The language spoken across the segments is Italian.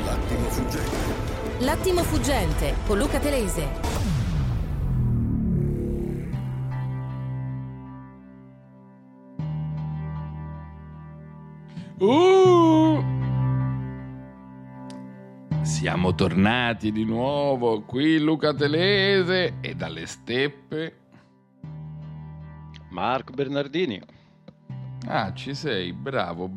L'attimo fuggente con Luca Telese. Siamo tornati di nuovo qui, Luca Telese, e dalle steppe Marco Bernardini. Ah, ci sei, bravo.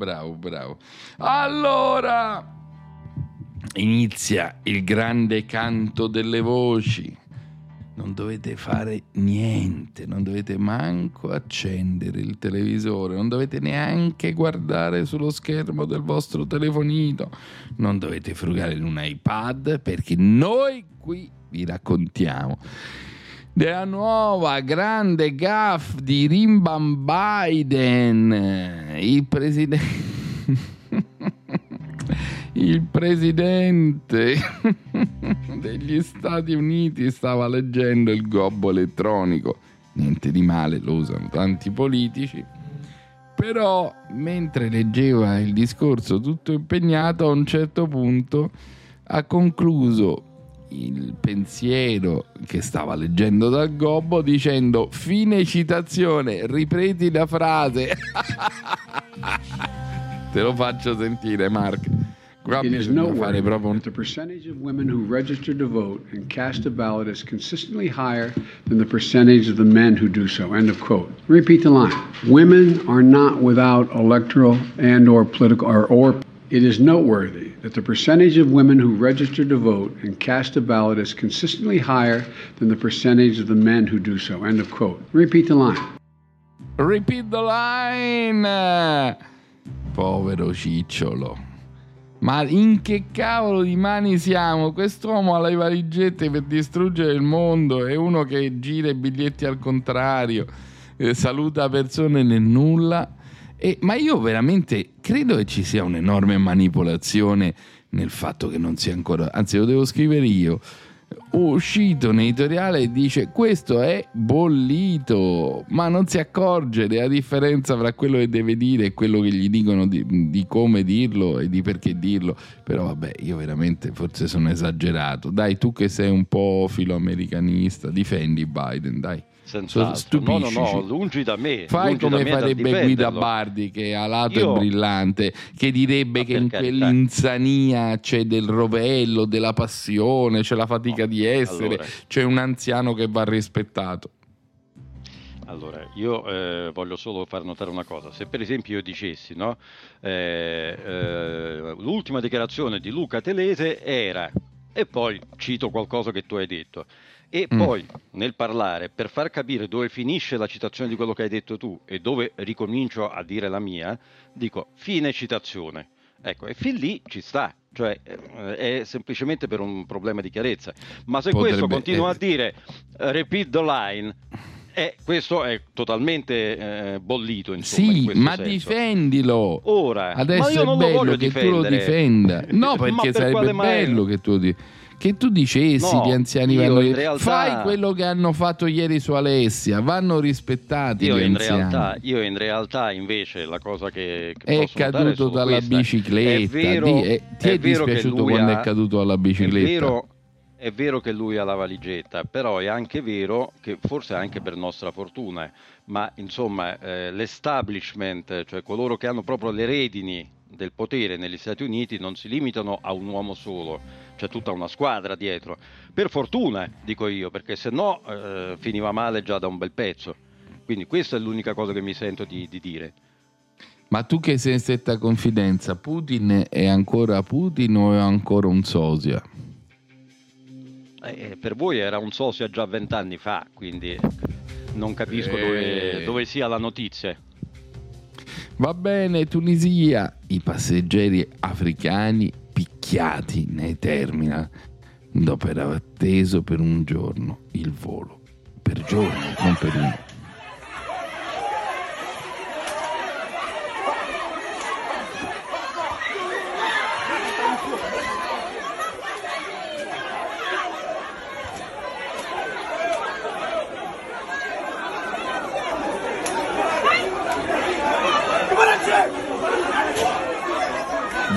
Allora inizia il grande canto delle voci. Non dovete fare niente, non dovete manco accendere il televisore, non dovete neanche guardare sullo schermo del vostro telefonino, non dovete frugare in un iPad, perché noi qui vi raccontiamo della nuova grande gaffe di Rimban Biden, il presidente degli Stati Uniti stava leggendo il gobbo elettronico. Niente di male, lo usano tanti politici. Però mentre leggeva il discorso tutto impegnato, a un certo punto ha concluso il pensiero che stava leggendo dal gobbo dicendo: fine citazione, ripeti la frase. Te lo faccio sentire, Mark. It is noteworthy that the percentage of women who register to vote and cast a ballot is consistently higher than the percentage of the men who do so. End of quote. Repeat the line. Women are not without electoral and or political or it is noteworthy that the percentage of women who register to vote and cast a ballot is consistently higher than the percentage of the men who do so. End of quote. Repeat the line. Repeat the line. Povero cicciolo. Ma in che cavolo di mani siamo? Quest'uomo ha le valigette per distruggere il mondo, è uno che gira i biglietti al contrario, saluta persone nel nulla. Ma io veramente credo che ci sia un'enorme manipolazione nel fatto che non sia ancora, anzi lo devo scrivere io, uscito un editoriale e dice: questo è bollito, ma non si accorge della differenza fra quello che deve dire e quello che gli dicono di come dirlo e di perché dirlo. Però vabbè, io veramente forse sono esagerato. Dai, tu che sei un po' filoamericanista, difendi Biden, dai. No, lungi da me. Fai come farebbe Guida Bardi, che a lato è brillante, che direbbe che in quell'insania c'è del rovello, della passione, c'è la fatica di essere, allora, c'è un anziano che va rispettato. Allora, io voglio solo far notare una cosa. Se per esempio io dicessi, no, l'ultima dichiarazione di Luca Telese era, e poi cito qualcosa che tu hai detto, e poi nel parlare, per far capire dove finisce la citazione di quello che hai detto tu e dove ricomincio a dire la mia, dico fine citazione. Ecco, e fin lì ci sta, cioè è semplicemente per un problema di chiarezza. Ma se questo continua a dire repeat the line, questo è totalmente bollito, insomma. Sì, ma senso. Difendilo. Ora, adesso ma io non è bello lo voglio che difendere. tu lo difenda. No, perché sarebbe bello che tu dicessi gli anziani fai quello che hanno fatto ieri su Alessia, vanno rispettati gli anziani. Io in realtà invece la cosa che è caduto dalla bicicletta. Ti è dispiaciuto quando è caduto dalla bicicletta? È vero che lui ha la valigetta, però è anche vero che forse anche per nostra fortuna, ma insomma l'establishment, cioè coloro che hanno proprio le redini del potere negli Stati Uniti, non si limitano a un uomo solo, c'è tutta una squadra dietro. Per fortuna, dico io, perché se no finiva male già da un bel pezzo. Quindi questa è l'unica cosa che mi sento di dire. Ma tu che sei in stretta confidenza, Putin è ancora Putin o è ancora un sosia? Per voi era un sosia già 20 anni fa, quindi non capisco dove sia la notizia. Va bene, Tunisia, i passeggeri africani picchiati nei terminal dopo aver atteso per un giorno il volo. Per giorni, non per uno.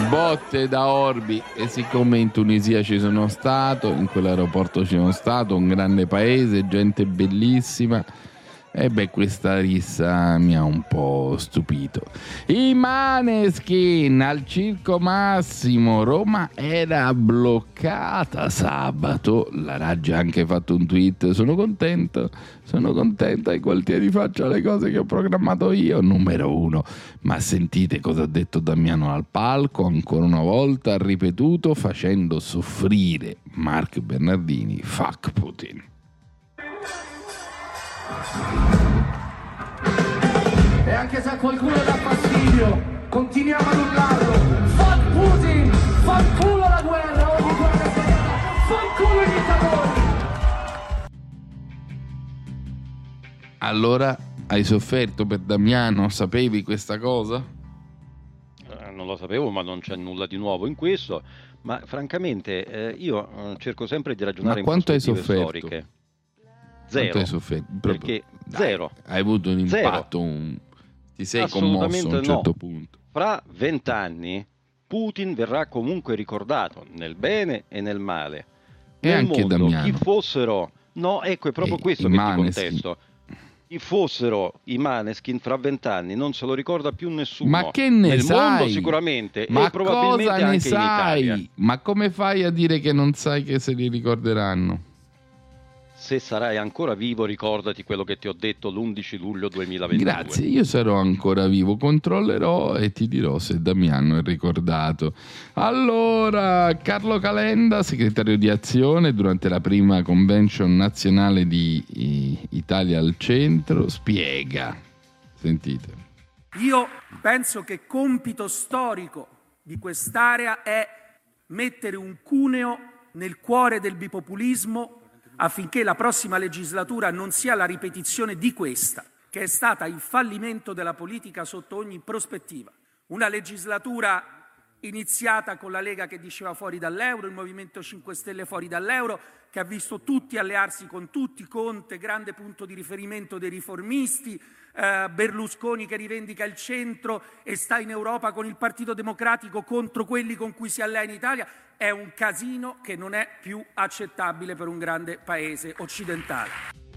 botte da orbi, e siccome in Tunisia ci sono stato, in quell'aeroporto ci sono stato, un grande paese, gente bellissima, e beh, questa rissa mi ha un po' stupito. I Maneskin al Circo Massimo, Roma era bloccata sabato. La Raggi ha anche fatto un tweet: sono contenta, ai Gualtieri faccia le cose che ho programmato io, numero 1. Ma sentite cosa ha detto Damiano al palco, ancora una volta ha ripetuto, facendo soffrire Marc Bernardini: fuck Putin. E anche se a qualcuno dà fastidio, continuiamo ad urlarlo: fuck Putin, fuck culo la guerra, ogni guerra è fuck culo i dittatori. Allora, hai sofferto per Damiano? Sapevi questa cosa? Non lo sapevo, ma non c'è nulla di nuovo in questo. Ma francamente io cerco sempre di ragionare in prospettive storiche. Zero. Quanto hai sofferto? Perché zero. Hai avuto un impatto, ti sei commosso a un certo punto. Fra 20 anni Putin verrà comunque ricordato nel bene e nel male. E nel anche mondo, Damiano. chi fossero... No, ecco, è proprio questo che ti contesto. Chi fossero i Maneskin fra 20 anni non se lo ricorda più nessuno. Ma che ne nel sai? mondo sicuramente, ma e probabilmente cosa ne anche sai? in Italia. Ma come fai a dire che non sai che se li ricorderanno? Se sarai ancora vivo, ricordati quello che ti ho detto l'11 luglio 2022. Grazie, io sarò ancora vivo, controllerò e ti dirò se Damiano è ricordato. Allora, Carlo Calenda, segretario di Azione durante la prima convention nazionale di Italia al Centro, spiega. Sentite. Io penso che compito storico di quest'area è mettere un cuneo nel cuore del bipopulismo, affinché la prossima legislatura non sia la ripetizione di questa, che è stata il fallimento della politica sotto ogni prospettiva. Una legislatura iniziata con la Lega che diceva fuori dall'euro, il Movimento 5 Stelle fuori dall'euro, che ha visto tutti allearsi con tutti, Conte, grande punto di riferimento dei riformisti, Berlusconi che rivendica il centro e sta in Europa con il Partito Democratico contro quelli con cui si allea in Italia. È un casino che non è più accettabile per un grande paese occidentale.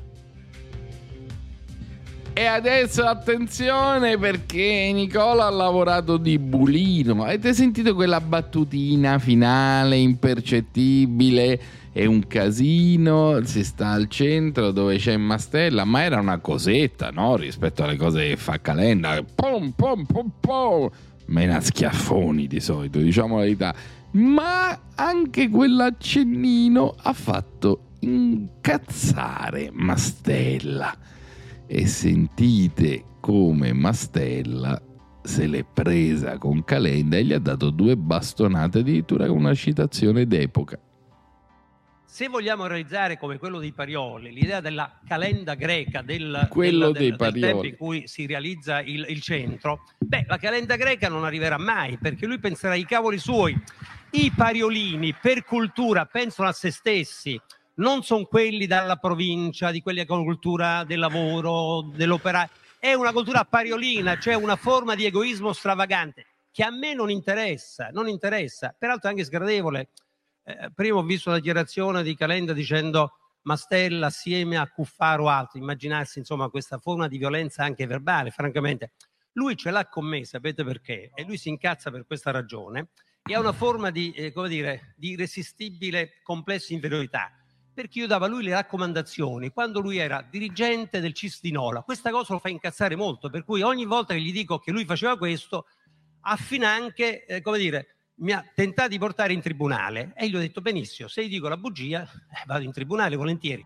E adesso attenzione, perché Nicola ha lavorato di bulino. Avete sentito quella battutina finale impercettibile? È un casino, si sta al centro dove c'è Mastella, ma era una cosetta, no? Rispetto alle cose che fa Calenda. Pom pom pom pom. Mena schiaffoni di solito, diciamo la verità. Ma anche quell'accennino ha fatto incazzare Mastella. E sentite come Mastella se l'è presa con Calenda e gli ha dato 2 bastonate, addirittura con una citazione d'epoca. Se vogliamo realizzare come quello dei Parioli, l'idea della calenda greca, del tempo in cui si realizza il centro, la calenda greca non arriverà mai, perché lui penserà ai cavoli suoi. I pariolini per cultura pensano a se stessi, non sono quelli dalla provincia, di quelli con cultura del lavoro, dell'operaio. È una cultura pariolina, cioè una forma di egoismo stravagante che a me non interessa, peraltro è anche sgradevole. Prima ho visto la dichiarazione di Calenda dicendo Mastella assieme a Cuffaro o altri, immaginarsi insomma questa forma di violenza anche verbale. Francamente lui ce l'ha con me, sapete perché? E lui si incazza per questa ragione e ha una forma di di irresistibile complesso di inferiorità, perché io davo a lui le raccomandazioni quando lui era dirigente del CIS di Nola. Questa cosa lo fa incazzare molto, per cui ogni volta che gli dico che lui faceva questo affinanche mi ha tentato di portare in tribunale e gli ho detto benissimo, se gli dico la bugia vado in tribunale volentieri.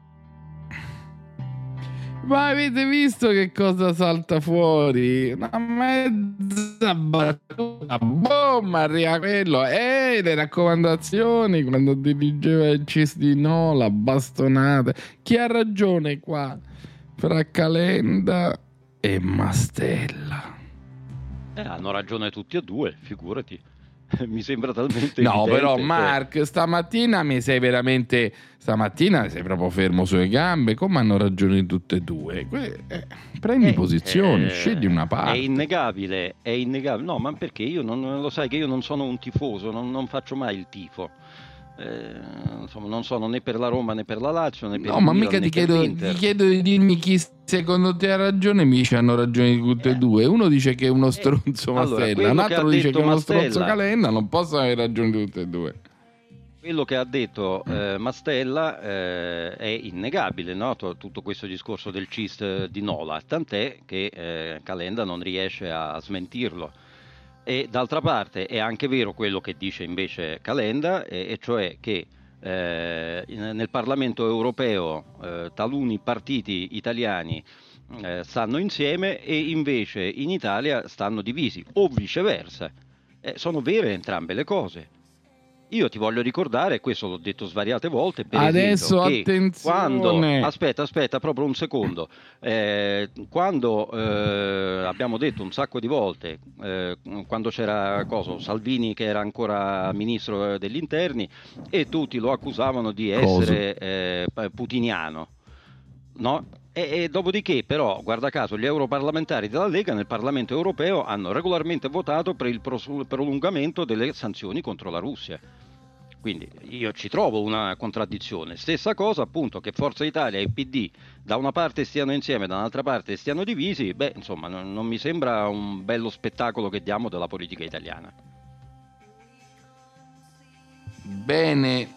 Ma avete visto che cosa salta fuori? Una mezza battuta, boom, arriva quello, le raccomandazioni quando dirigeva il CIS di Nola, bastonate. Chi ha ragione qua? Fra Calenda e Mastella. Hanno ragione tutti e due, figurati. mi sembra talmente no, evidente, però Mark, stamattina sei proprio fermo sulle gambe, come hanno ragione tutte e due. Prendi posizione, scegli una parte. È innegabile, no, ma perché io non lo sai che io non sono un tifoso, non faccio mai il tifo. Insomma, non sono né per la Roma né per la Lazio né per il Milan, ma mica ti chiedo di dirmi chi secondo te ha ragione. Mi hanno ragione tutte e due. Uno dice che è uno stronzo Mastella, un altro dice che è uno stronzo Calenda. Non possono avere ragione tutte e due. Quello che ha detto Mastella è innegabile, no? Tutto questo discorso del CIST di Nola, tant'è che Calenda non riesce a smentirlo. E d'altra parte è anche vero quello che dice invece Calenda, e cioè che nel Parlamento europeo taluni partiti italiani stanno insieme e invece in Italia stanno divisi, o viceversa. Sono vere entrambe le cose. Io ti voglio ricordare, questo l'ho detto svariate volte, per adesso esempio, che attenzione. Aspetta proprio un secondo, quando abbiamo detto un sacco di volte, quando c'era Salvini che era ancora ministro degli interni e tutti lo accusavano di essere putiniano, no? E dopodiché però, guarda caso, gli europarlamentari della Lega nel Parlamento europeo hanno regolarmente votato per il prolungamento delle sanzioni contro la Russia. Quindi io ci trovo una contraddizione. Stessa cosa appunto che Forza Italia e PD da una parte stiano insieme, da un'altra parte stiano divisi. Insomma, non mi sembra un bello spettacolo che diamo della politica italiana. Bene,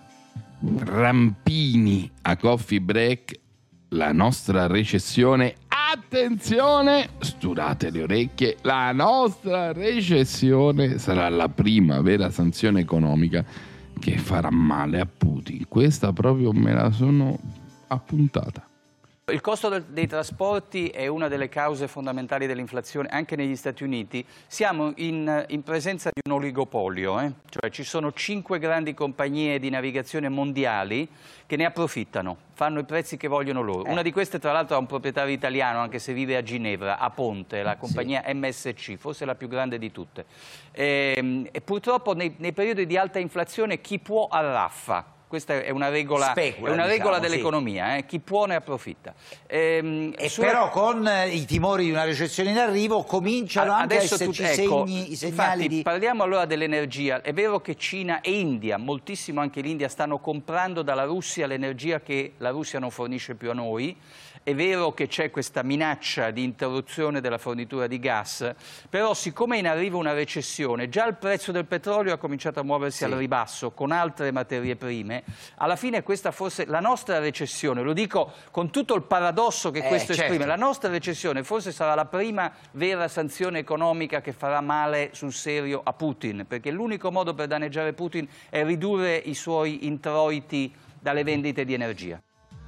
Rampini a Coffee Break. La nostra recessione, attenzione, sturate le orecchie, la nostra recessione sarà la prima vera sanzione economica che farà male a Putin. Questa proprio me la sono appuntata. Il costo dei trasporti è una delle cause fondamentali dell'inflazione anche negli Stati Uniti. Siamo in presenza di un oligopolio, cioè ci sono 5 grandi compagnie di navigazione mondiali che ne approfittano, fanno i prezzi che vogliono loro. Una di queste tra l'altro ha un proprietario italiano, anche se vive a Ginevra, a Ponte, la compagnia MSC, forse la più grande di tutte. E purtroppo nei periodi di alta inflazione chi può arraffa. Questa è una regola, dell'economia, chi può ne approfitta. Però con i timori di una recessione in arrivo cominciano anche a esserci i segnali di... Parliamo allora dell'energia. È vero che Cina e India, moltissimo anche l'India, stanno comprando dalla Russia l'energia che la Russia non fornisce più a noi. È vero che c'è questa minaccia di interruzione della fornitura di gas, però siccome è in arrivo una recessione, già il prezzo del petrolio ha cominciato a muoversi al ribasso con altre materie prime, alla fine questa forse la nostra recessione, lo dico con tutto il paradosso che questo esprime, la nostra recessione forse sarà la prima vera sanzione economica che farà male sul serio a Putin, perché l'unico modo per danneggiare Putin è ridurre i suoi introiti dalle vendite di energia.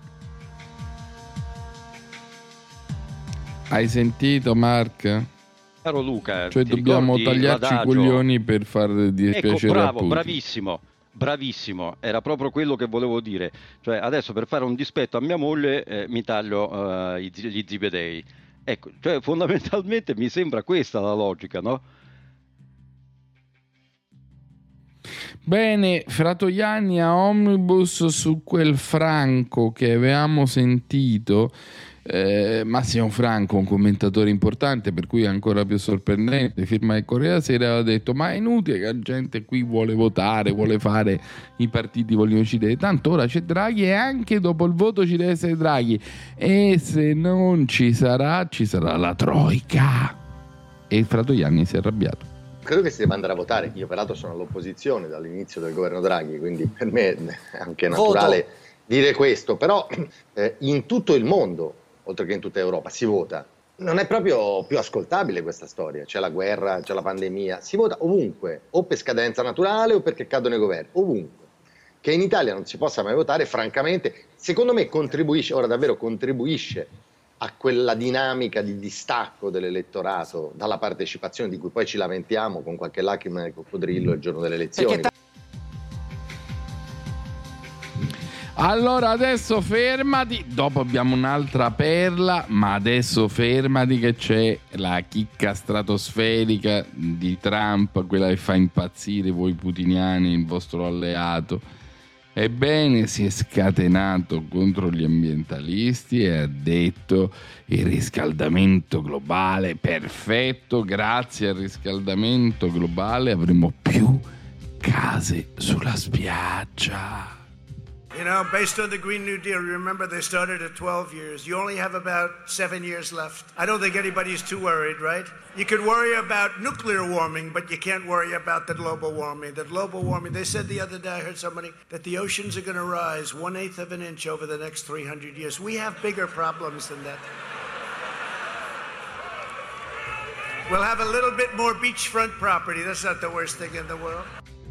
Hai sentito, Mark? Caro Luca, cioè dobbiamo tagliarci i coglioni per far dispiacere a Putin. Bravissimo, era proprio quello che volevo dire. Cioè adesso per fare un dispetto a mia moglie mi taglio gli zibedei. Ecco, cioè fondamentalmente mi sembra questa la logica, no? Bene, Fratoianni a Omnibus su quel Franco che avevamo sentito. Massimo Franco, un commentatore importante, per cui è ancora più sorprendente, firma del Corriere della Sera, aveva detto: ma è inutile che la gente qui vuole votare, vuole fare, i partiti vogliono uccidere, tanto ora c'è Draghi e anche dopo il voto ci deve essere Draghi, e se non ci sarà la Troika. E il Fratoianni si è arrabbiato. Credo che si debba andare a votare. Io peraltro sono all'opposizione dall'inizio del governo Draghi, quindi per me è anche naturale dire questo, però in tutto il mondo, oltre che in tutta Europa, si vota. Non è proprio più ascoltabile questa storia. C'è la guerra, c'è la pandemia, si vota ovunque, o per scadenza naturale o perché cadono i governi, ovunque. Che in Italia non si possa mai votare, francamente, secondo me contribuisce a quella dinamica di distacco dell'elettorato dalla partecipazione, di cui poi ci lamentiamo con qualche lacrima di coccodrillo il giorno delle elezioni. Allora adesso fermati, dopo abbiamo un'altra perla, ma adesso fermati che c'è la chicca stratosferica di Trump, quella che fa impazzire voi putiniani, il vostro alleato. Ebbene, si è scatenato contro gli ambientalisti e ha detto: il riscaldamento globale perfetto, grazie al riscaldamento globale avremo più case sulla spiaggia. You know, based on the Green New Deal, remember they started at 12 years. You only have about 7 years left. I don't think anybody's too worried, right? You could worry about nuclear warming, but you can't worry about the global warming. The global warming, they said the other day, I heard somebody, that the oceans are going to rise 1/8 of an inch over the next 300 years. We have bigger problems than that. We'll have a little bit more beachfront property. That's not the worst thing in the world.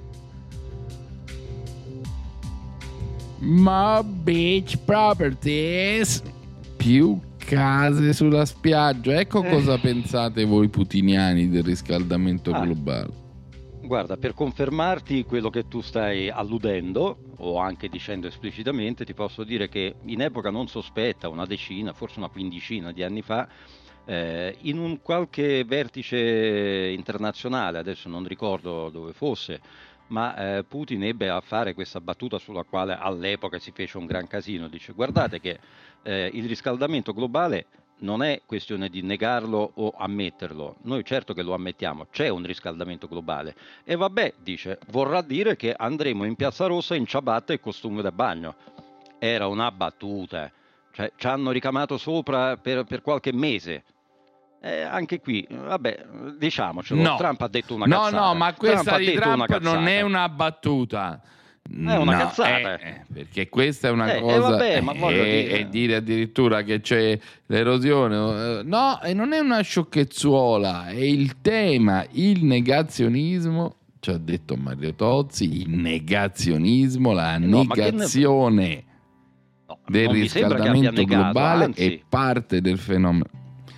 More beach properties, più case sulla spiaggia. Ecco cosa pensate voi putiniani del riscaldamento globale. Guarda, per confermarti quello che tu stai alludendo o anche dicendo esplicitamente, ti posso dire che in epoca non sospetta, una decina, forse una quindicina di anni fa, in un qualche vertice internazionale, adesso non ricordo dove fosse, ma Putin ebbe a fare questa battuta sulla quale all'epoca si fece un gran casino. Dice: guardate che il riscaldamento globale non è questione di negarlo o ammetterlo, noi certo che lo ammettiamo, c'è un riscaldamento globale e vabbè, dice, vorrà dire che andremo in Piazza Rossa in ciabatte e costume da bagno. Era una battuta, cioè ci hanno ricamato sopra per qualche mese. Anche qui, vabbè, diciamocelo, no. Trump ha detto una cazzata. No, ma questa di Trump non è una battuta. È una cazzata. Perché questa è una cosa, vabbè, ma voglio dire... e dire addirittura che c'è l'erosione. No, e non è una sciocchezzuola, è il tema, il negazionismo, ci ha detto Mario Tozzi, il negazionismo, la negazione del riscaldamento globale è parte del fenomeno.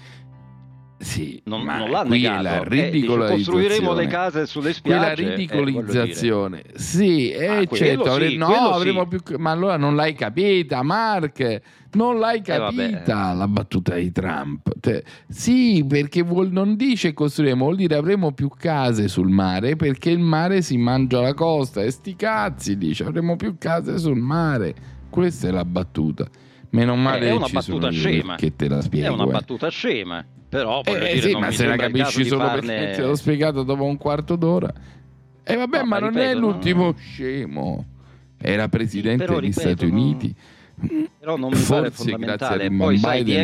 Sì, non l'ha qui negato. La ridicolizzazione. Costruiremo le case sulle spiagge. Quella ridicolizzazione. Sì, certo. Sì, avremo più. Ma allora non l'hai capita, Mark. Non l'hai capita la battuta di Trump. Sì, perché non dice costruiremo, vuol dire avremo più case sul mare, perché il mare si mangia la costa. E sti cazzi, dice, avremo più case sul mare. Questa è la battuta. Meno male è una battuta scema. Che te la spiego. È una battuta scema. Però dire, sì, non ma se la capisci solo perché te l'ho spiegato dopo un quarto d'ora. E vabbè, ma non è l'ultimo scemo. Era presidente degli Stati Uniti. Però non mi pare fondamentale. Poi sai, di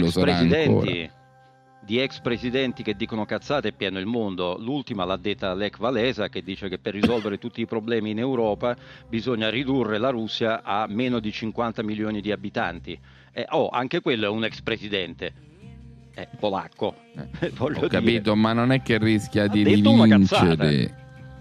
ex presidenti che dicono cazzate è pieno il mondo. L'ultima l'ha detta Lech Walesa, che dice che per risolvere tutti i problemi in Europa bisogna ridurre la Russia a meno di 50 milioni di abitanti. Anche quello è un ex presidente. Polacco, ho capito, ma non è che rischia di rivincere.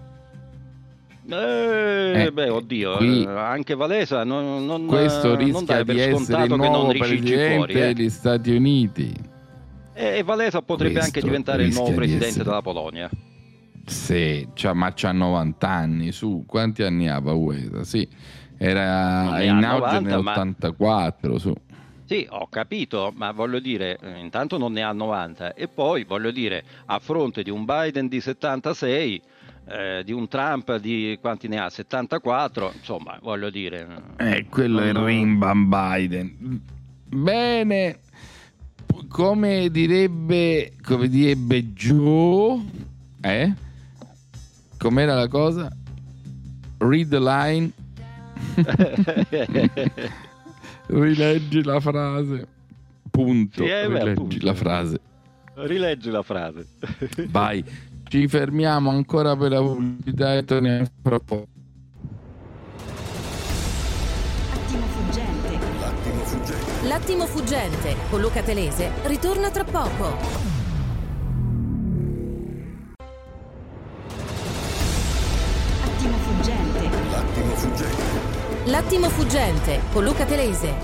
Oddio, qui, anche Walesa non questo rischia non di essere il nuovo presidente degli Stati Uniti. E Walesa potrebbe anche diventare il nuovo presidente della Polonia. Sì, ma c'ha 90 anni, su quanti anni ha Walesa? Sì, era in auge nell'84, su. Sì, ho capito, ma voglio dire, intanto non ne ha 90 e poi voglio dire, a fronte di un Biden di 76, di un Trump di quanti ne ha? 74, insomma, voglio dire. Quello è il Rimban Biden. Bene, come direbbe Joe, com'era la cosa? Read the line. Rileggi la frase. Punto. Sì, rileggi la frase. Rileggi la frase. Vai. Ci fermiamo ancora per la pubblicità e torniamo fra poco. L'attimo fuggente con Luca Telese ritorna tra poco. L'attimo fuggente con Luca Telese.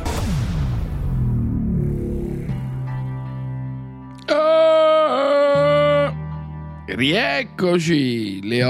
Rieccoci, le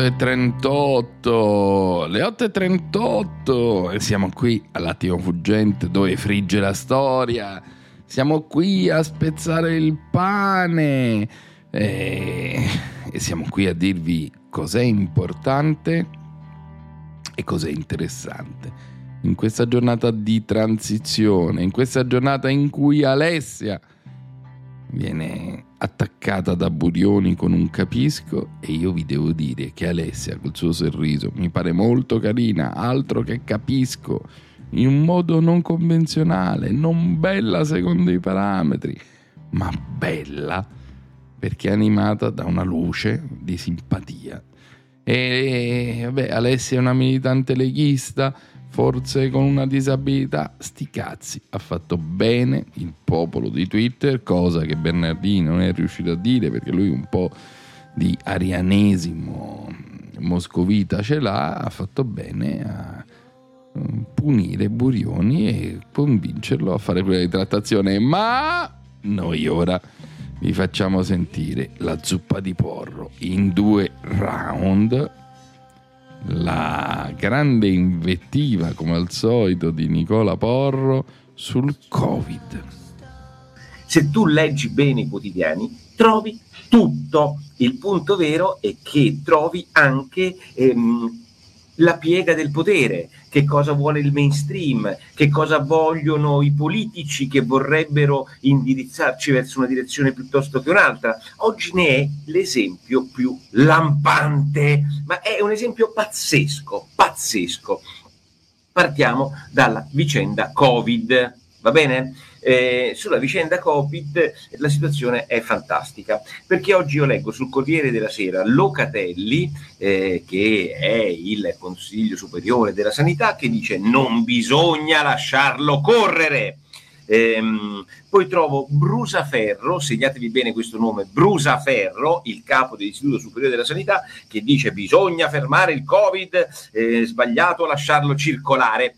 8:38 e siamo qui all'Attimo Fuggente dove frigge la storia. Siamo qui a spezzare il pane e siamo qui a dirvi cos'è importante e cos'è interessante in questa giornata di transizione, in questa giornata in cui Alessia viene attaccata da Burioni con un capisco, e io vi devo dire che Alessia col suo sorriso mi pare molto carina, altro che capisco, in un modo non convenzionale, non bella secondo i parametri, ma bella perché è animata da una luce di simpatia. E vabbè, Alessia è una militante leghista, forse con una disabilità, sti cazzi, ha fatto bene il popolo di Twitter, cosa che Bernardini non è riuscito a dire perché lui un po' di arianesimo moscovita ce l'ha, ha fatto bene a punire Burioni e convincerlo a fare quella ritrattazione. Ma noi ora vi facciamo sentire la zuppa di porro in 2 round, la grande invettiva come al solito di Nicola Porro sul Covid. Se tu leggi bene i quotidiani trovi tutto. Il punto vero è che trovi anche la piega del potere, che cosa vuole il mainstream, che cosa vogliono i politici che vorrebbero indirizzarci verso una direzione piuttosto che un'altra. Oggi ne è l'esempio più lampante, ma è un esempio pazzesco. Partiamo dalla vicenda Covid, va bene? Sulla vicenda Covid la situazione è fantastica, perché oggi io leggo sul Corriere della Sera Locatelli, che è il Consiglio Superiore della Sanità, che dice non bisogna lasciarlo correre. Poi trovo Brusaferro, segnatevi bene questo nome, Brusaferro, il capo dell'Istituto Superiore della Sanità, che dice bisogna fermare il Covid, sbagliato lasciarlo circolare.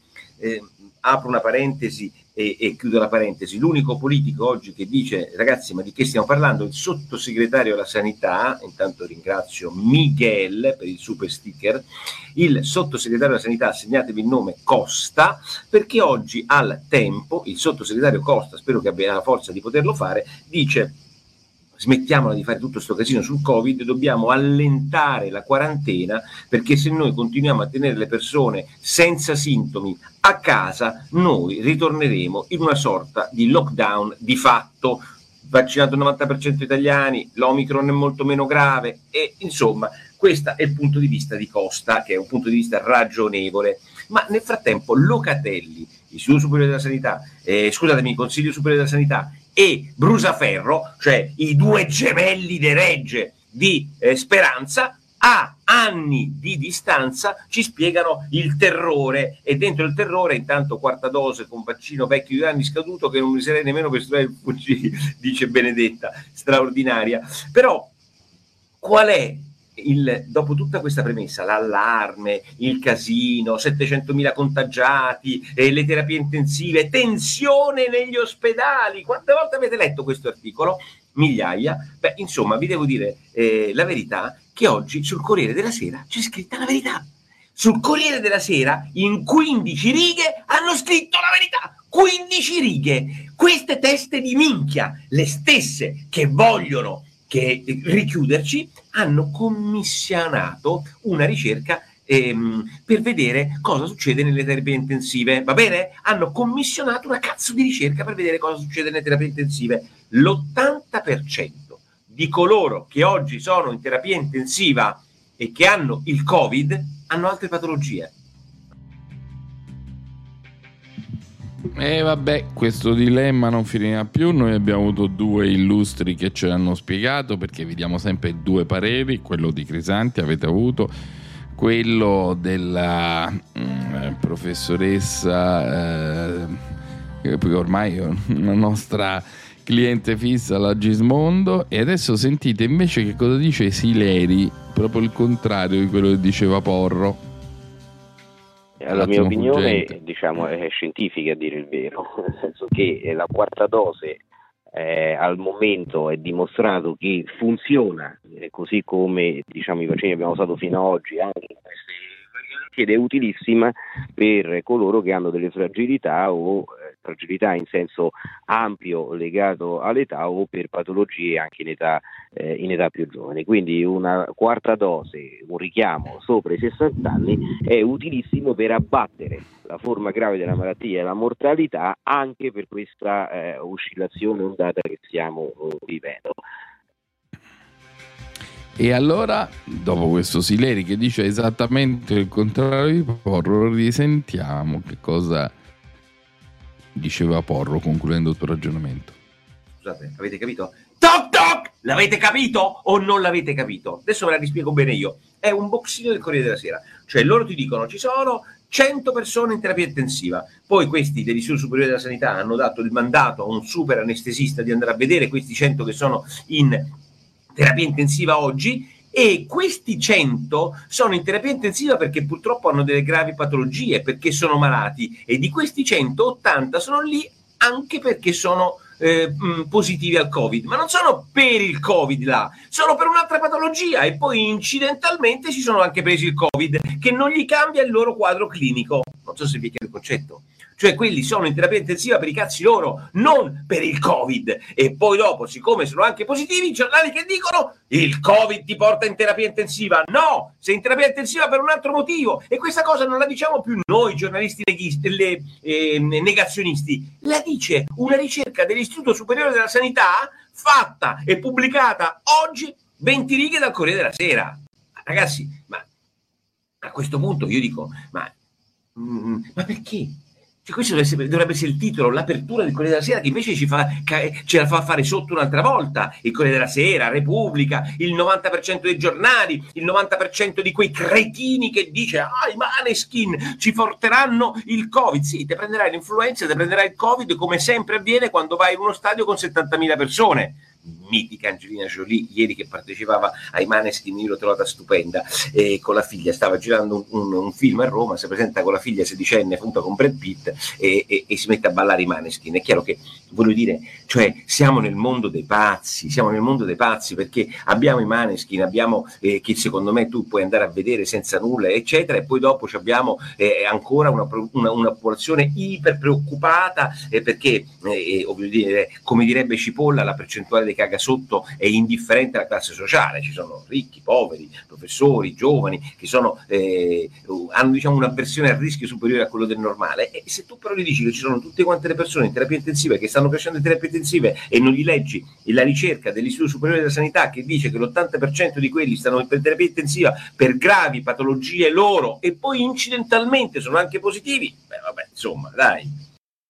Apro una parentesi e chiudo la parentesi. L'unico politico oggi che dice ragazzi ma di che stiamo parlando? Il sottosegretario alla sanità, intanto ringrazio Miguel per il super sticker, il sottosegretario alla sanità, segnatevi il nome, Costa, perché oggi al Tempo il sottosegretario Costa, spero che abbia la forza di poterlo fare, dice smettiamola di fare tutto sto casino sul Covid, dobbiamo allentare la quarantena, perché se noi continuiamo a tenere le persone senza sintomi a casa, noi ritorneremo in una sorta di lockdown di fatto. Vaccinato il 90% italiani, l'Omicron è molto meno grave e insomma questo è il punto di vista di Costa, che è un punto di vista ragionevole. Ma nel frattempo Locatelli, Istituto Superiore della Sanità, Consiglio Superiore della Sanità e Brusaferro, cioè i 2 gemelli de regge di Speranza, a anni di distanza ci spiegano il terrore, e dentro il terrore intanto quarta dose con vaccino vecchio di 2 anni scaduto che non userei nemmeno per studiare il VG, dice Benedetta, straordinaria. Però qual è dopo tutta questa premessa, l'allarme, il casino, 700.000 contagiati, le terapie intensive, tensione negli ospedali, quante volte avete letto questo articolo? Migliaia. Beh, insomma, vi devo dire la verità, che oggi sul Corriere della Sera c'è scritta la verità. Sul Corriere della Sera in 15 righe hanno scritto la verità. 15 righe. Queste teste di minchia, le stesse che vogliono richiuderci, hanno commissionato una ricerca per vedere cosa succede nelle terapie intensive, va bene? Hanno commissionato una cazzo di ricerca per vedere cosa succede nelle terapie intensive. L'80% di coloro che oggi sono in terapia intensiva e che hanno il Covid hanno altre patologie. E vabbè, questo dilemma non finirà più. Noi abbiamo avuto 2 illustri che ce l'hanno spiegato, perché vi diamo sempre 2 pareri, quello di Crisanti avete avuto, quello della professoressa che ormai è una nostra cliente fissa, la Gismondo, e adesso sentite invece che cosa dice Sileri, proprio il contrario di quello che diceva Porro. La mia opinione, diciamo, è scientifica, a dire il vero, nel senso che la quarta dose al momento è dimostrato che funziona, così come diciamo i vaccini che abbiamo usato fino ad oggi anche in queste varianti, ed è utilissima per coloro che hanno delle fragilità o fragilità in senso ampio legato all'età o per patologie anche in età più giovani. Quindi una quarta dose, un richiamo sopra i 60 anni è utilissimo per abbattere la forma grave della malattia e la mortalità anche per questa oscillazione ondata che stiamo vivendo. E allora, dopo questo Sileri che dice esattamente il contrario di Porro, risentiamo che cosa diceva Porro concludendo il suo ragionamento. Scusate, avete capito? Toc toc! L'avete capito o non l'avete capito? Adesso ve la rispiego bene io. È un boxino del Corriere della Sera. Cioè loro ti dicono ci sono 100 persone in terapia intensiva. Poi questi dell'Istituto Superiore della Sanità hanno dato il mandato a un super anestesista di andare a vedere questi 100 che sono in terapia intensiva oggi, e questi 100 sono in terapia intensiva perché purtroppo hanno delle gravi patologie, perché sono malati, e di questi 100, 80 sono lì anche perché sono positivi al Covid, ma non sono per il Covid là, sono per un'altra patologia, e poi incidentalmente si sono anche presi il Covid, che non gli cambia il loro quadro clinico. Non so se vi è chiaro il concetto. Cioè quelli sono in terapia intensiva per i cazzi loro, non per il Covid. E poi dopo, siccome sono anche positivi, i giornali che dicono il Covid ti porta in terapia intensiva. No, sei in terapia intensiva per un altro motivo. E questa cosa non la diciamo più noi giornalisti negazionisti. La dice una ricerca dell'Istituto Superiore della Sanità fatta e pubblicata oggi, 20 righe dal Corriere della Sera. Ragazzi, ma a questo punto io dico, ma perché? Cioè, questo dovrebbe essere il titolo, l'apertura del Corriere della Sera, che invece ce la fa fare sotto un'altra volta. Il Corriere della Sera, Repubblica, il 90% dei giornali, il 90% di quei cretini che dice i Maneskin ci porteranno il Covid. Sì, te prenderai l'influenza, te prenderai il Covid, come sempre avviene quando vai in uno stadio con 70.000 persone. Mitica Angelina Jolie ieri che partecipava ai Maneskin, io l'ho trovata stupenda, con la figlia, stava girando un film a Roma, si presenta con la figlia sedicenne appunto con Brad Pitt e si mette a ballare i Maneskin. È chiaro che, voglio dire, cioè siamo nel mondo dei pazzi, perché abbiamo i Maneskin, abbiamo che secondo me tu puoi andare a vedere senza nulla eccetera, e poi dopo abbiamo ancora una popolazione iper preoccupata perché voglio dire, come direbbe Cipolla, la percentuale dei cagasotto è indifferente alla classe sociale. Ci sono ricchi, poveri, professori, giovani che hanno diciamo un'avversione al rischio superiore a quello del normale, e se tu però gli dici che ci sono tutte quante le persone in terapia intensiva che stanno crescendo in terapia intensive e non gli leggi la ricerca dell'Istituto Superiore della Sanità che dice che l'80% di quelli stanno in terapia intensiva per gravi patologie loro e poi incidentalmente sono anche positivi, vabbè, insomma, dai.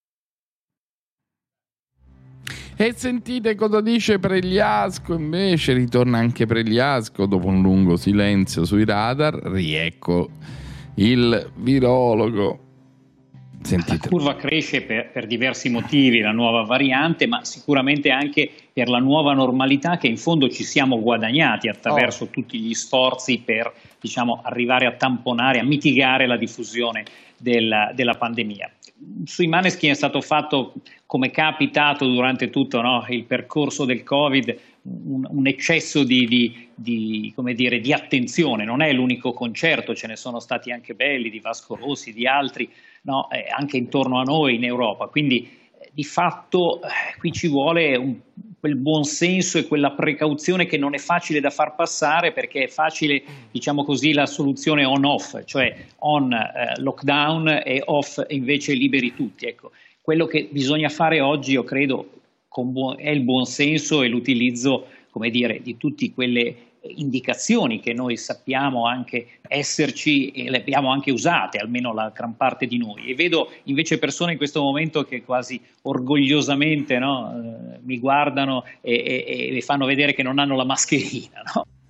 E sentite cosa dice Pregliasco, invece ritorna anche Pregliasco dopo un lungo silenzio sui radar, riecco il virologo. Sentite. La curva cresce per diversi motivi, la nuova variante, ma sicuramente anche per la nuova normalità che in fondo ci siamo guadagnati attraverso tutti gli sforzi per, diciamo, arrivare a tamponare, a mitigare la diffusione della pandemia. Sui Maneskin è stato fatto, come capitato durante tutto il percorso del Covid, un eccesso come dire, di attenzione. Non è l'unico concerto, ce ne sono stati anche belli di Vasco Rossi, di altri, anche intorno a noi in Europa. Quindi di fatto qui ci vuole quel buon senso e quella precauzione che non è facile da far passare, perché è facile, diciamo così, la soluzione on-off, cioè on lockdown e off invece liberi tutti. Ecco, quello che bisogna fare oggi, io credo, è il buon senso e l'utilizzo, come dire, di tutte quelle indicazioni che noi sappiamo anche esserci e le abbiamo anche usate, almeno la gran parte di noi. E vedo invece persone in questo momento che quasi orgogliosamente mi guardano e fanno vedere che non hanno la mascherina,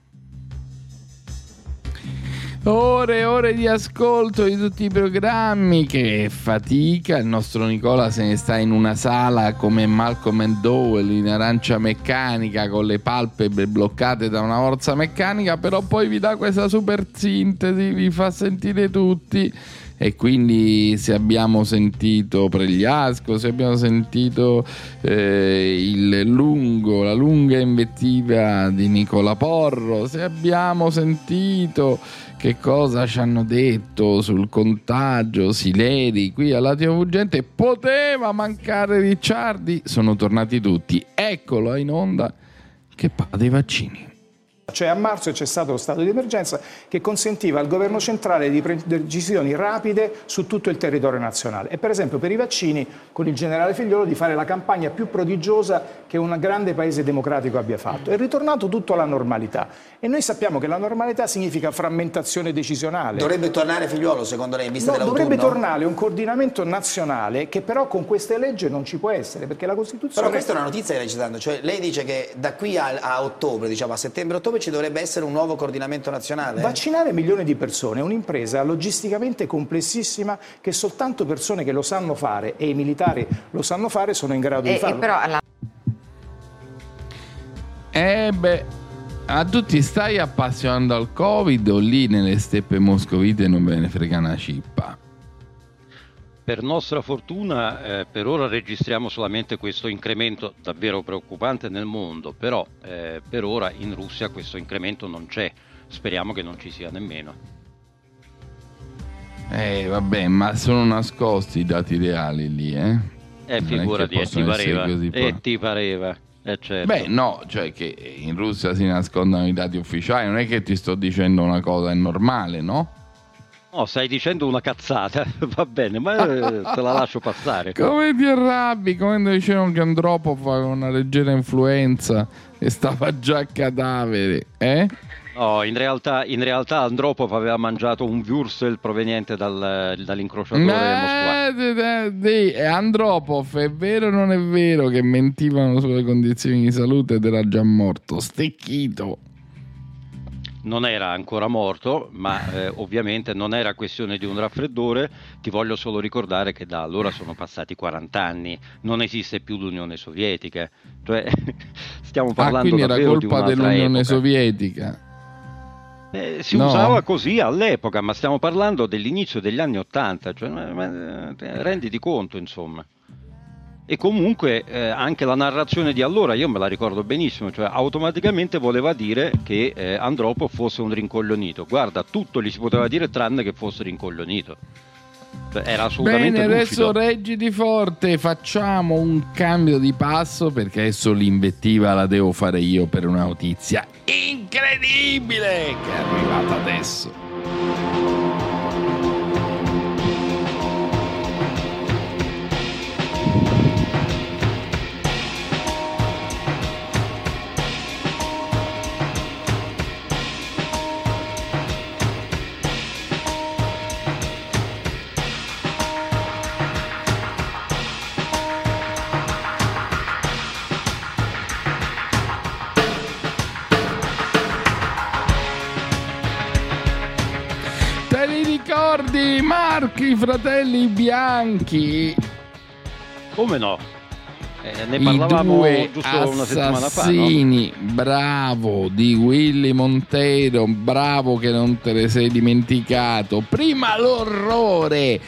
Ore e ore di ascolto di tutti i programmi, che fatica. Il nostro Nicola se ne sta in una sala come Malcolm McDowell in Arancia Meccanica con le palpebre bloccate da una forza meccanica, però poi vi dà questa super sintesi, vi fa sentire tutti e quindi se abbiamo sentito Pregliasco, se abbiamo sentito la lunga invettiva di Nicola Porro, se abbiamo sentito che cosa ci hanno detto sul contagio Sileri qui alla TV Fuggente, poteva mancare Ricciardi, sono tornati tutti, eccolo in onda che parla dei vaccini. Cioè a marzo c'è stato lo stato di emergenza che consentiva al governo centrale di prendere decisioni rapide su tutto il territorio nazionale e per esempio per i vaccini con il generale Figliuolo di fare la campagna più prodigiosa che un grande paese democratico abbia fatto. È ritornato tutto alla normalità e noi sappiamo che la normalità significa frammentazione decisionale. Dovrebbe tornare Figliuolo secondo lei in vista dell'autunno? Dovrebbe tornare un coordinamento nazionale che però con queste leggi non ci può essere perché la Costituzione... Però questa è una notizia che lei sta dando, cioè lei dice che da qui a ottobre, diciamo a settembre-ottobre ci dovrebbe essere un nuovo coordinamento nazionale? Vaccinare milioni di persone è un'impresa logisticamente complessissima che soltanto persone che lo sanno fare e i militari lo sanno fare sono in grado di farlo. A tutti stai appassionando al Covid o lì nelle steppe moscovite non ve ne frega una cippa? Per nostra fortuna per ora registriamo solamente questo incremento davvero preoccupante nel mondo, però per ora in Russia questo incremento non c'è, speriamo che non ci sia nemmeno. Vabbè, ma sono nascosti i dati reali lì, Figurati, ti pareva. Certo. Beh no, cioè che in Russia si nascondano i dati ufficiali, non è che ti sto dicendo una cosa, è normale, no? No, stai dicendo una cazzata, va bene, ma te la lascio passare. Come ti arrabbi, come dicevano che Andropov aveva una leggera influenza e stava già a cadavere, No, in realtà Andropov aveva mangiato un Würstel proveniente dall'incrociatore Moskva. Andropov, è vero o non è vero che mentivano sulle condizioni di salute ed era già morto? Stecchito. Non era ancora morto, ma ovviamente non era questione di un raffreddore. Ti voglio solo ricordare che da allora sono passati 40 anni, non esiste più l'Unione Sovietica, cioè stiamo parlando quindi davvero era di colpa un'altra dell'Unione epoca. Sovietica? Si usava così all'epoca, ma stiamo parlando dell'inizio degli anni '80, cioè, renditi conto, insomma. E comunque anche la narrazione di allora io me la ricordo benissimo, cioè automaticamente voleva dire che Andropov fosse un rincoglionito. Guarda, tutto gli si poteva dire tranne che fosse rincoglionito. Cioè, era assolutamente bene, lucido. adesso reggiti forte, facciamo un cambio di passo perché adesso l'invettiva la devo fare io per una notizia incredibile che è arrivata adesso. Marchi, fratelli bianchi. Come no? Ne parlavamo giusto una settimana fa, no? Bravo, di Willy Montero, bravo che non te ne sei dimenticato. Prima l'orrore,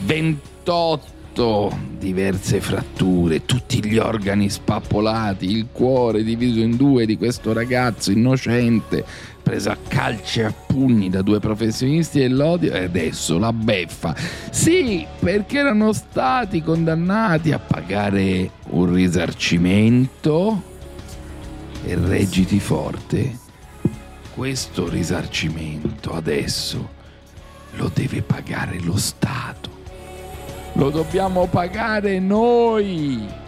28 diverse fratture, tutti gli organi spappolati, il cuore diviso in due di questo ragazzo innocente preso a calci e a pugni da due professionisti dell'odio e adesso la beffa. Sì, perché erano stati condannati a pagare un risarcimento e reggiti forte. Questo risarcimento adesso lo deve pagare lo Stato. Lo dobbiamo pagare noi.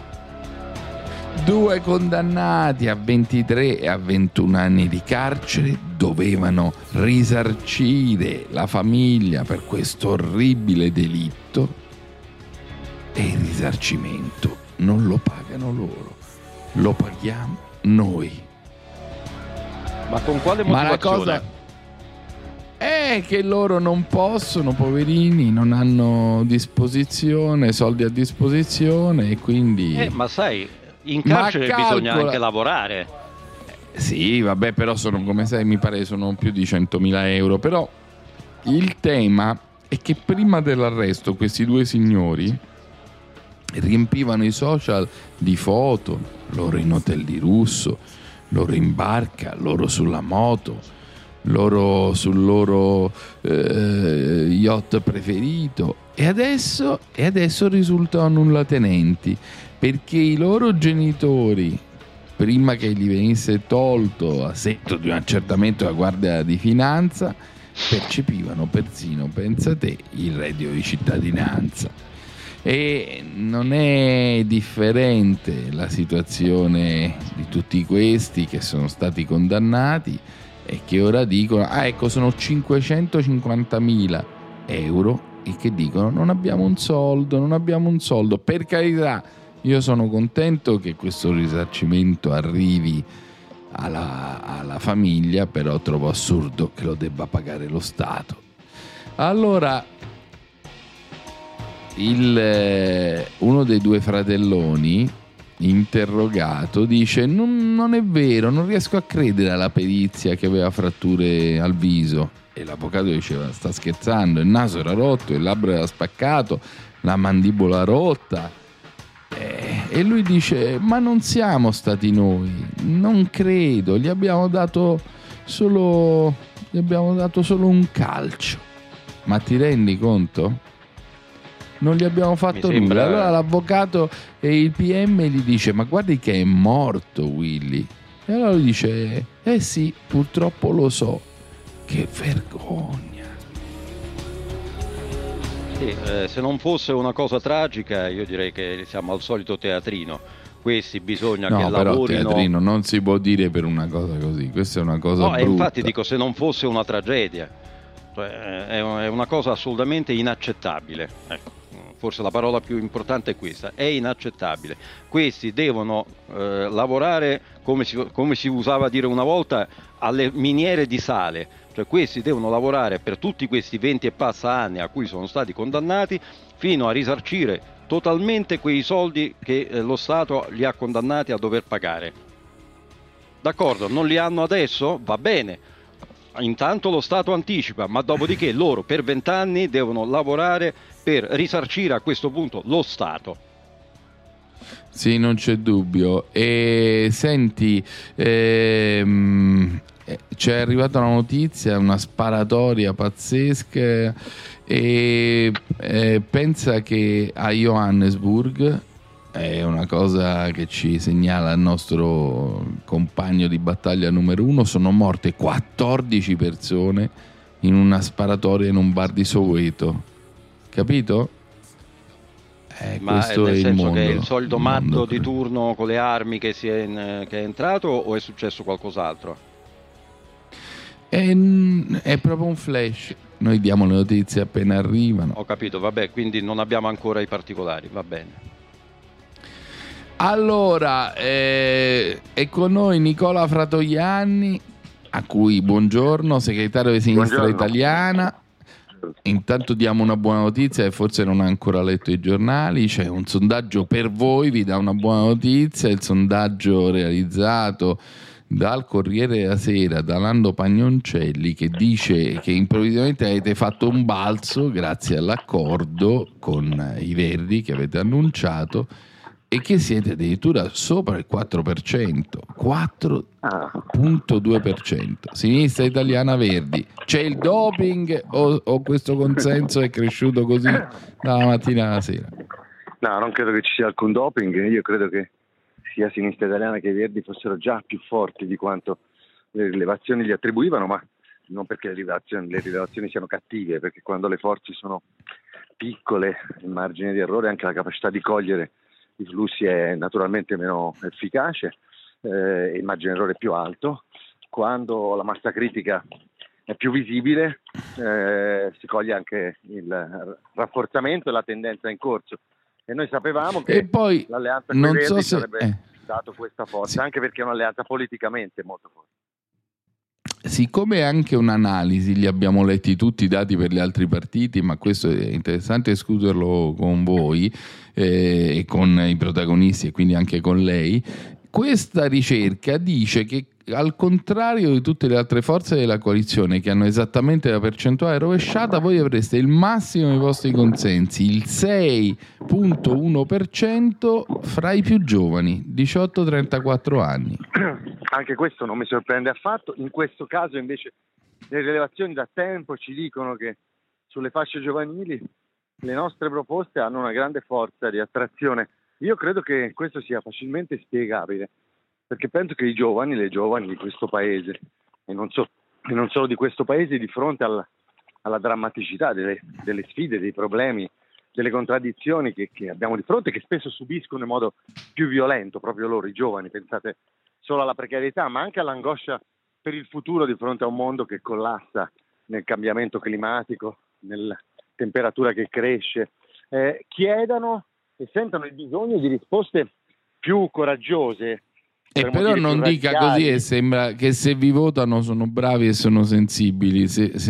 2 condannati a 23 e a 21 anni di carcere dovevano risarcire la famiglia per questo orribile delitto e il risarcimento non lo pagano loro, lo paghiamo noi. Ma con quale motivazione? Ma la cosa è che loro non possono, poverini, non hanno disposizione, soldi a disposizione e quindi... ma sai... In carcere bisogna anche lavorare. Sì, vabbè, però sono, come sai, mi pare sono più di 100.000 euro. Però il tema è che prima dell'arresto questi due signori riempivano i social di foto, loro in hotel di lusso, loro in barca, loro sulla moto, loro sul loro yacht preferito, e adesso risultano nullatenenti, perché i loro genitori, prima che gli venisse tolto a seguito di un accertamento della Guardia di Finanza, percepivano persino, pensa te, il reddito di cittadinanza. E non è differente la situazione di tutti questi che sono stati condannati e che ora dicono sono 550.000 euro, e che dicono non abbiamo un soldo. Per carità, io sono contento che questo risarcimento arrivi alla famiglia, però trovo assurdo che lo debba pagare lo Stato. Allora uno dei due fratelloni interrogato dice non è vero, non riesco a credere alla perizia che aveva fratture al viso, e l'avvocato diceva sta scherzando, il naso era rotto, il labbro era spaccato, la mandibola rotta, e lui dice ma non siamo stati noi, non credo, gli abbiamo dato solo un calcio. Ma ti rendi conto? Non gli abbiamo fatto nulla. Allora l'avvocato e il PM gli dice ma guardi che è morto Willy, e allora lui dice sì, purtroppo lo so. Che vergogna. Sì, se non fosse una cosa tragica io direi che siamo al solito teatrino. Questi bisogna che lavorino. Però teatrino non si può dire per una cosa così, questa è una cosa brutta. Infatti dico, se non fosse una tragedia, cioè, è una cosa assolutamente inaccettabile, ecco. Forse la parola più importante è questa, è inaccettabile. Questi devono lavorare, come si usava a dire una volta, alle miniere di sale. Cioè questi devono lavorare per tutti questi 20 e passa anni a cui sono stati condannati, fino a risarcire totalmente quei soldi che lo Stato li ha condannati a dover pagare. D'accordo, non li hanno adesso? Va bene. Intanto lo Stato anticipa, ma dopodiché loro per 20 anni devono lavorare per risarcire a questo punto lo Stato. Sì, non c'è dubbio. E senti, c'è arrivata una notizia, una sparatoria pazzesca, e pensa che a Johannesburg, è una cosa che ci segnala il nostro compagno di battaglia numero 1, sono morte 14 persone in una sparatoria in un bar di Soweto, capito? Ma questo nel è il senso mondo, che è il solito matto di credo. turno con le armi che è entrato, o è successo qualcos'altro? È proprio un flash, noi diamo le notizie appena arrivano. Ho capito, vabbè, quindi non abbiamo ancora i particolari, va bene. Allora, è con noi Nicola Fratoianni, a cui buongiorno, segretario di Sinistra Italiana. Intanto diamo una buona notizia, e forse non ha ancora letto i giornali, c'è un sondaggio per voi, vi dà una buona notizia, il sondaggio realizzato dal Corriere della Sera, da Lando Pagnoncelli, che dice che improvvisamente avete fatto un balzo grazie all'accordo con i Verdi che avete annunciato, e che siete addirittura sopra il 4%, 4,2%. Sinistra Italiana Verdi. C'è il doping o questo consenso è cresciuto così dalla mattina alla sera? No, non credo che ci sia alcun doping. Io credo che sia Sinistra Italiana che i Verdi fossero già più forti di quanto le rilevazioni gli attribuivano, ma non perché le rilevazioni siano cattive, perché quando le forze sono piccole, il margine di errore, anche la capacità di cogliere i flussi è naturalmente meno efficace, il margine di errore è più alto. Quando la massa critica è più visibile, si coglie anche il rafforzamento e la tendenza in corso. E noi sapevamo che poi, l'alleanza con i Verdi sarebbe dato questa forza, anche perché è un'alleanza politicamente molto forte. Siccome anche un'analisi, li abbiamo letti tutti i dati per gli altri partiti, ma questo è interessante discuterlo con voi e con i protagonisti, e quindi anche con lei. Questa ricerca dice che al contrario di tutte le altre forze della coalizione che hanno esattamente la percentuale rovesciata, voi avreste il massimo dei vostri consensi, il 6,1% fra i più giovani, 18-34 anni. Anche questo non mi sorprende affatto. In questo caso invece le rilevazioni da tempo ci dicono che sulle fasce giovanili le nostre proposte hanno una grande forza di attrazione. Io credo che questo sia facilmente spiegabile, perché penso che le giovani di questo paese, e non solo di questo paese, di fronte alla drammaticità delle sfide, dei problemi, delle contraddizioni che abbiamo di fronte, che spesso subiscono in modo più violento proprio loro, i giovani. Pensate solo alla precarietà, ma anche all'angoscia per il futuro di fronte a un mondo che collassa nel cambiamento climatico, nella temperatura che cresce, chiedano e sentono il bisogno di risposte più coraggiose. E però non dica così e sembra che se vi votano sono bravi e sono sensibili.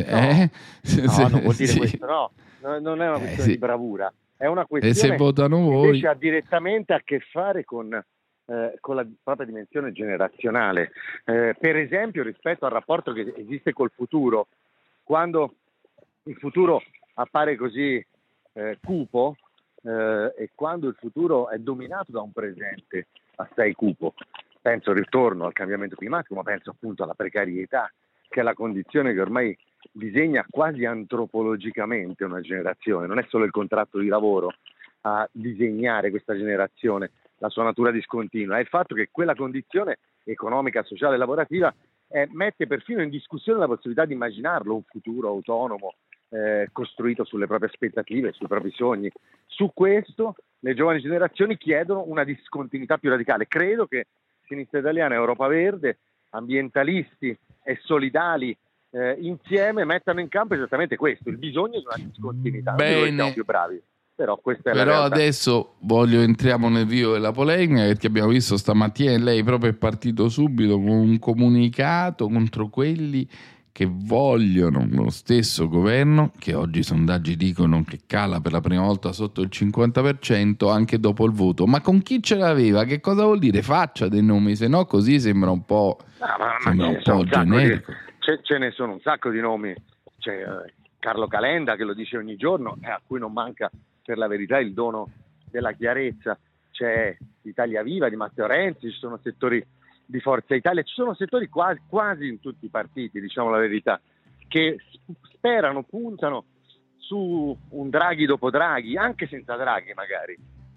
Non vuol dire questo, no. Non è una questione di bravura, è una questione e se votano voi invece ha direttamente a che fare con la propria dimensione generazionale. Per esempio, rispetto al rapporto che esiste col futuro, quando il futuro appare così cupo e quando il futuro è dominato da un presente assai cupo, penso al ritorno al cambiamento climatico, ma penso appunto alla precarietà, che è la condizione che ormai disegna quasi antropologicamente una generazione. Non è solo il contratto di lavoro a disegnare questa generazione, la sua natura discontinua, è il fatto che quella condizione economica, sociale e lavorativa mette perfino in discussione la possibilità di immaginarlo un futuro autonomo, costruito sulle proprie aspettative, sui propri sogni. Su questo le giovani generazioni chiedono una discontinuità più radicale. Credo che Sinistra Italiana, Europa Verde, ambientalisti e solidali insieme mettano in campo esattamente questo, il bisogno di una discontinuità. Noi siamo più bravi. Però adesso entriamo nel vivo della polemica, perché abbiamo visto stamattina lei proprio è partito subito con un comunicato contro quelli che vogliono lo stesso governo, che oggi i sondaggi dicono che cala per la prima volta sotto il 50% anche dopo il voto. Ma con chi ce l'aveva? Che cosa vuol dire? Faccia dei nomi, se no così sembra un po', generico. Ce ne sono un sacco di nomi. C'è Carlo Calenda che lo dice ogni giorno e a cui non manca per la verità il dono della chiarezza. C'è Italia Viva di Matteo Renzi, ci sono settori di Forza Italia, ci sono settori quasi in tutti i partiti, diciamo la verità, che sperano, puntano su un Draghi dopo Draghi, anche senza Draghi magari,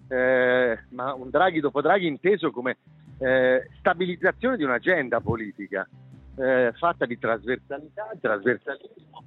ma un Draghi dopo Draghi inteso come stabilizzazione di un'agenda politica fatta di trasversalismo,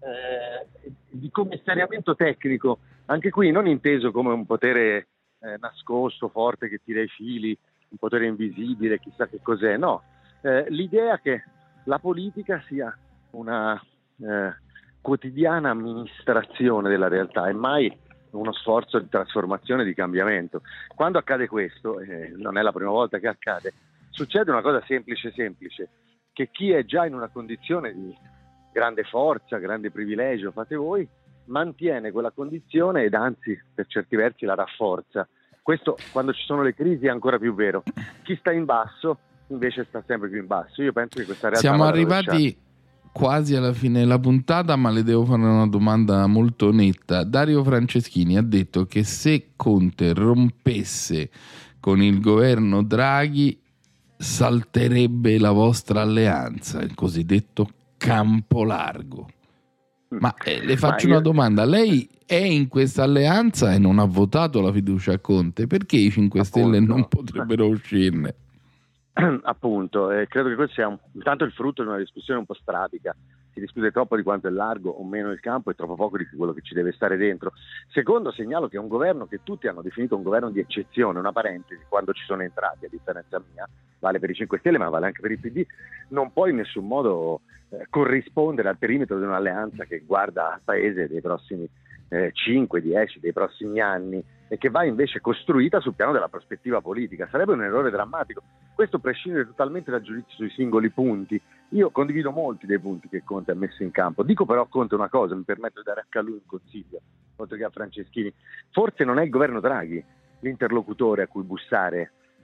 di commissariamento tecnico, anche qui non inteso come un potere nascosto, forte, che tira i fili, un potere invisibile, chissà che cos'è, no. L'idea che la politica sia una quotidiana amministrazione della realtà e mai uno sforzo di trasformazione, di cambiamento. Quando accade questo, non è la prima volta che accade, succede una cosa semplice, che chi è già in una condizione di grande forza, grande privilegio, fate voi, mantiene quella condizione ed anzi per certi versi la rafforza. Questo quando ci sono le crisi è ancora più vero. Chi sta in basso invece sta sempre più in basso. Io penso che questa realtà siamo arrivati quasi alla fine della puntata, ma le devo fare una domanda molto netta. Dario Franceschini ha detto che se Conte rompesse con il governo Draghi salterebbe la vostra alleanza, il cosiddetto campo largo. Ma le faccio una domanda: lei è in questa alleanza e non ha votato la fiducia a Conte, perché i 5 Stelle non potrebbero uscirne? Appunto, credo che questo sia intanto il frutto di una discussione un po' strabica. Si discute troppo di quanto è largo o meno il campo e troppo poco di quello che ci deve stare dentro. Secondo, segnalo che è un governo che tutti hanno definito un governo di eccezione, una parentesi, quando ci sono entrati, a differenza mia, vale per i 5 Stelle ma vale anche per il PD, non può in nessun modo corrispondere al perimetro di un'alleanza che guarda al paese dei prossimi 5, 10, dei prossimi anni e che va invece costruita sul piano della prospettiva politica. Sarebbe un errore drammatico. Questo prescinde totalmente dal giudizio sui singoli punti. Io condivido molti dei punti che Conte ha messo in campo. Dico però a Conte una cosa, mi permetto di dare anche a lui un consiglio, oltre che a Franceschini. Forse non è il governo Draghi l'interlocutore a cui bussare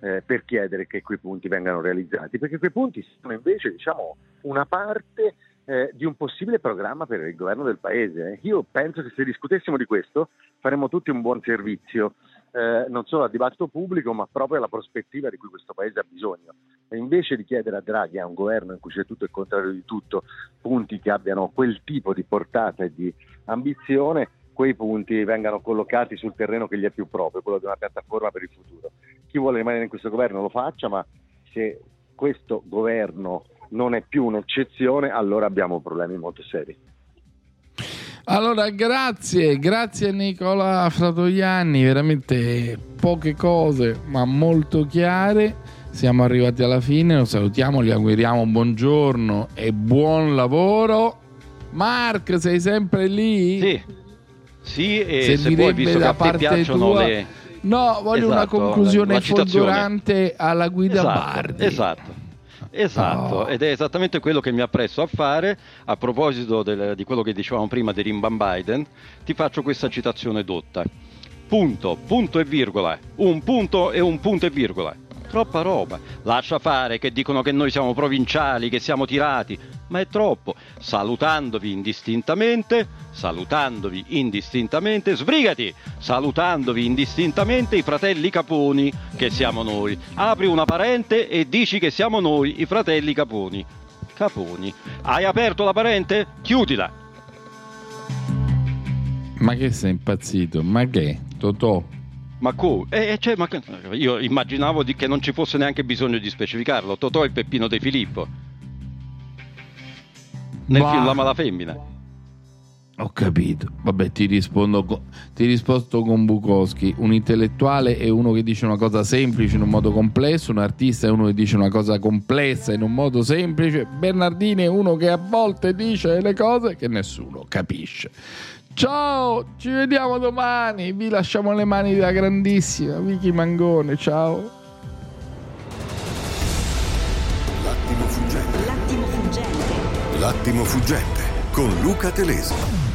per chiedere che quei punti vengano realizzati, perché quei punti sono invece, diciamo, una parte di un possibile programma per il governo del paese. Io penso che se discutessimo di questo faremmo tutti un buon servizio, non solo al dibattito pubblico, ma proprio alla prospettiva di cui questo paese ha bisogno. E invece di chiedere a Draghi, a un governo in cui c'è tutto il contrario di tutto, punti che abbiano quel tipo di portata e di ambizione, quei punti vengano collocati sul terreno che gli è più proprio, quello di una piattaforma per il futuro. Chi vuole rimanere in questo governo lo faccia, ma se questo governo non è più un'eccezione, allora abbiamo problemi molto seri. Allora, grazie Nicola Fratoianni, veramente poche cose ma molto chiare. Siamo arrivati alla fine, lo salutiamo, gli auguriamo buongiorno e buon lavoro. Mark, sei sempre lì? Sì, e se vuoi, visto che a te piacciono tua... le... No, voglio una conclusione folgorante alla guida Bardi. Esatto, ed è esattamente quello che mi appresso a fare. A proposito di quello che dicevamo prima di Rimban Biden, ti faccio questa citazione dotta: punto e virgola, un punto e virgola. Troppa roba, lascia fare che dicono che noi siamo provinciali, che siamo tirati, ma è troppo. Salutandovi indistintamente, sbrigati, salutandovi indistintamente i fratelli Caponi, che siamo noi. Apri una parente e dici che siamo noi i fratelli Caponi. Hai aperto la parente? Chiudila. Ma che sei impazzito? Ma che? Totò? Ma io immaginavo che non ci fosse neanche bisogno di specificarlo. Totò e Peppino De Filippo nel film La Malafemmina. Ho capito. Vabbè, ti rispondo con Bukowski. Un intellettuale è uno che dice una cosa semplice in un modo complesso, un artista è uno che dice una cosa complessa in un modo semplice. Bernardini è uno che a volte dice le cose che nessuno capisce. Ciao, ci vediamo domani. Vi lasciamo le mani della grandissima Vicky Mangone. Ciao. L'attimo fuggente con Luca Telesi.